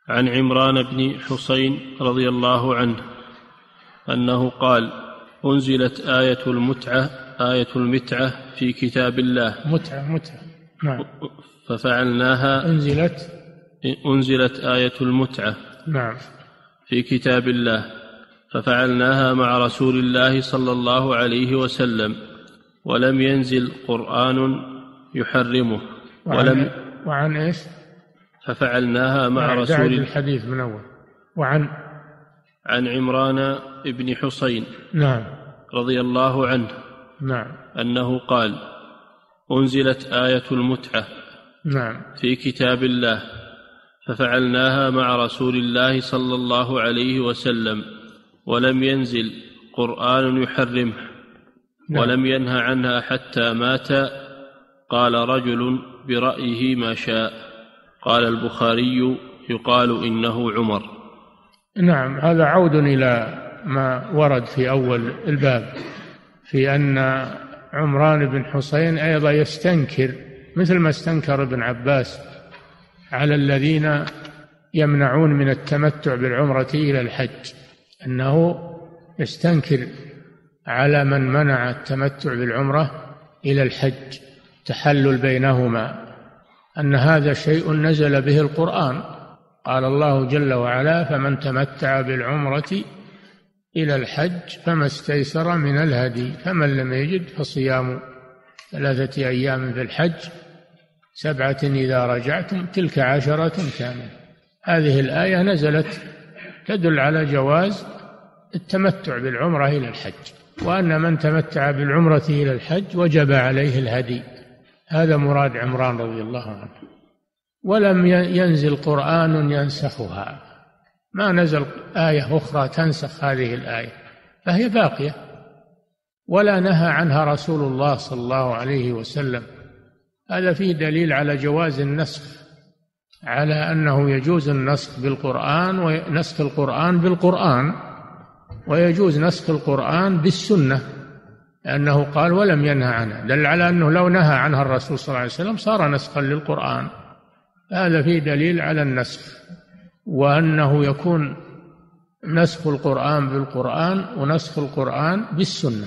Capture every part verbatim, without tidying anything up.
عن عمران بن حسين رضي الله عنه أنه قال: أنزلت آية المتعة آية المتعة في كتاب الله. متعة متعة نعم. ففعلناها أنزلت أنزلت آية المتعة نعم في كتاب الله ففعلناها مع رسول الله صلى الله عليه وسلم ولم ينزل قرآن يحرمه. وعن, ولم وعن إيش؟ ففعلناها مع رسول الحديث من أول. وعن عن عمران بن حسين نعم رضي الله عنه نعم أنه قال: أنزلت آية المتعة نعم في كتاب الله ففعلناها مع رسول الله صلى الله عليه وسلم ولم ينزل قرآن يحرمه نعم. ولم ينه عنها حتى مات. قال رجل برأيه ما شاء. قال البخاري: يقال إنه عمر. نعم. هذا عود إلى ما ورد في أول الباب في أن عمران بن حسين أيضا يستنكر مثل ما استنكر ابن عباس على الذين يمنعون من التمتع بالعمرة إلى الحج، أنه يستنكر على من منع التمتع بالعمرة إلى الحج تحلل بينهما، أن هذا شيء نزل به القرآن. قال الله جل وعلا: فمن تمتع بالعمرة إلى الحج فما استيسر من الهدي فمن لم يجد فصيام ثلاثة أيام في الحج سبعة إذا رجعتم تلك عشرة كاملة. هذه الآية نزلت تدل على جواز التمتع بالعمرة إلى الحج، وأن من تمتع بالعمرة إلى الحج وجب عليه الهدي. هذا مراد عمران رضي الله عنه. ولم ينزل قرآن ينسخها، ما نزل آية أخرى تنسخ هذه الآية، فهي باقية ولا نهى عنها رسول الله صلى الله عليه وسلم. هذا فيه دليل على جواز النسخ، على أنه يجوز النسخ بالقرآن ونسخ القرآن بالقرآن، ويجوز نسخ القرآن بالسنة، لأنه قال ولم ينهى عنها، دل على أنه لو نهى عنها الرسول صلى الله عليه وسلم صار نسخا للقرآن. هذا فيه دليل على النسخ، وأنه يكون نسخ القرآن بالقرآن ونسخ القرآن بالسنة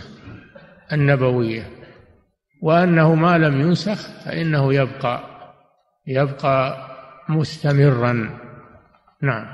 النبوية، وأنه ما لم ينسخ فإنه يبقى يبقى مستمرا. نعم.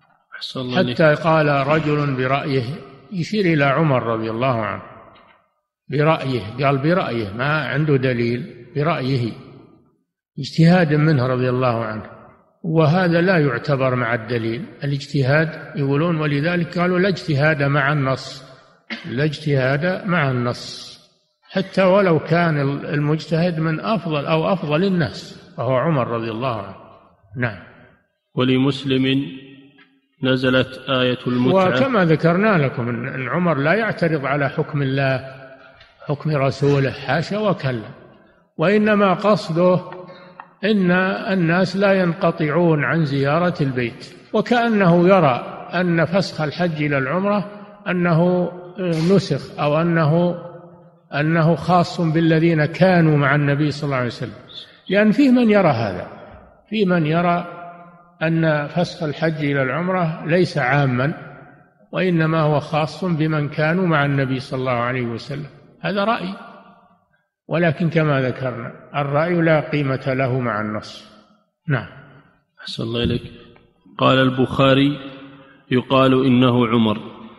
حتى قال رجل برأيه، يشير إلى عمر رضي الله عنه، برأيه، قال برأيه ما عنده دليل، برأيه اجتهاد منه رضي الله عنه، وهذا لا يعتبر مع الدليل. الاجتهاد يقولون، ولذلك قالوا لا اجتهاد مع النص، لا اجتهاد مع النص، حتى ولو كان المجتهد من أفضل أو أفضل الناس، وهو عمر رضي الله عنه. نعم. ولمسلم نزلت آية المتعة. وكما ذكرنا لكم أن عمر لا يعترض على حكم الله حكم رسوله، حاشا وكلا، وإنما قصده إن الناس لا ينقطعون عن زيارة البيت، وكأنه يرى أن فسخ الحج إلى العمرة أنه نسخ، أو أنه أنه خاص بالذين كانوا مع النبي صلى الله عليه وسلم، لأن فيه من يرى هذا، فيه من يرى أن فسخ الحج إلى العمرة ليس عاما، وإنما هو خاص بمن كانوا مع النبي صلى الله عليه وسلم. هذا رأي، ولكن كما ذكرنا الرأي لا قيمة له مع النص. نعم. أحسن الله إليك. قال البخاري: يقال إنه عمر.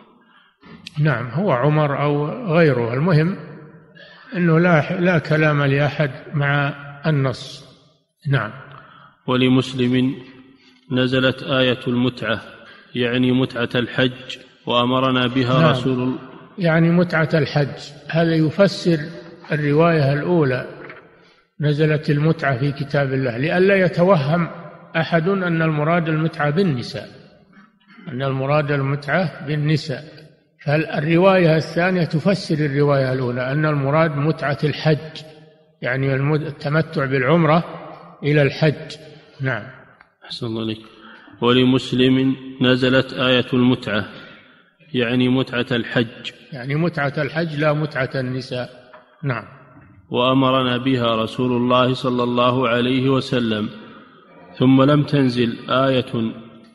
نعم، هو عمر أو غيره، المهم أنه لا, لا كلام لأحد مع النص. نعم. ولمسلم نزلت آية المتعة، يعني متعة الحج، وأمرنا بها نعم. رسول الله، يعني متعة الحج. هذا يفسر الرواية الأولى، نزلت المتعة في كتاب الله، لئلا يتوهم أحد أن المراد المتعة بالنساء، أن المراد المتعة بالنساء. فالرواية الثانية تفسر الرواية الأولى، أن المراد متعة الحج، يعني التمتع بالعمرة إلى الحج. نعم. أحسن الله عليك. ولمسلم نزلت آية المتعة، يعني متعة الحج، يعني متعة الحج لا متعة النساء. نعم. وأمرنا بها رسول الله صلى الله عليه وسلم، ثم لم تنزل آية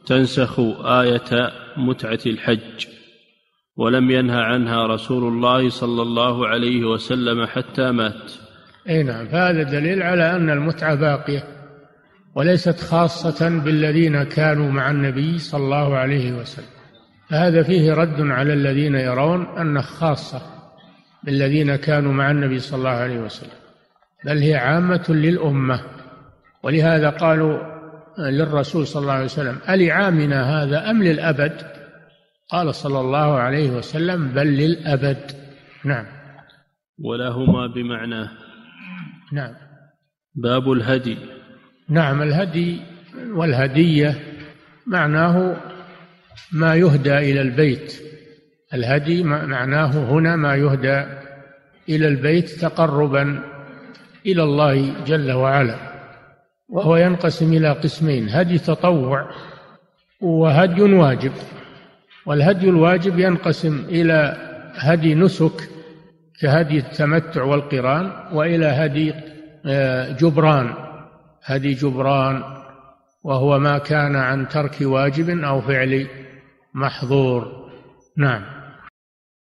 تنسخ آية متعة الحج، ولم ينه عنها رسول الله صلى الله عليه وسلم حتى مات. أي نعم، فهذا دليل على أن المتعة باقية وليست خاصة بالذين كانوا مع النبي صلى الله عليه وسلم، فهذا فيه رد على الذين يرون أنه خاصة بالذين كانوا مع النبي صلى الله عليه وسلم، بل هي عامة للأمة. ولهذا قالوا للرسول صلى الله عليه وسلم: ألعامنا هذا أم للأبد؟ قال صلى الله عليه وسلم: بل للأبد. نعم. ولهما بمعناه. نعم. باب الهدي. نعم، الهدي والهدية معناه ما يهدى إلى البيت. الهدي معناه هنا ما يهدى إلى البيت تقربا إلى الله جل وعلا، وهو ينقسم إلى قسمين: هدي تطوع وهدي واجب. والهدي الواجب ينقسم إلى هدي نسك كهدي التمتع والقران، وإلى هدي جبران، هدي جبران وهو ما كان عن ترك واجب أو فعل محظور. نعم.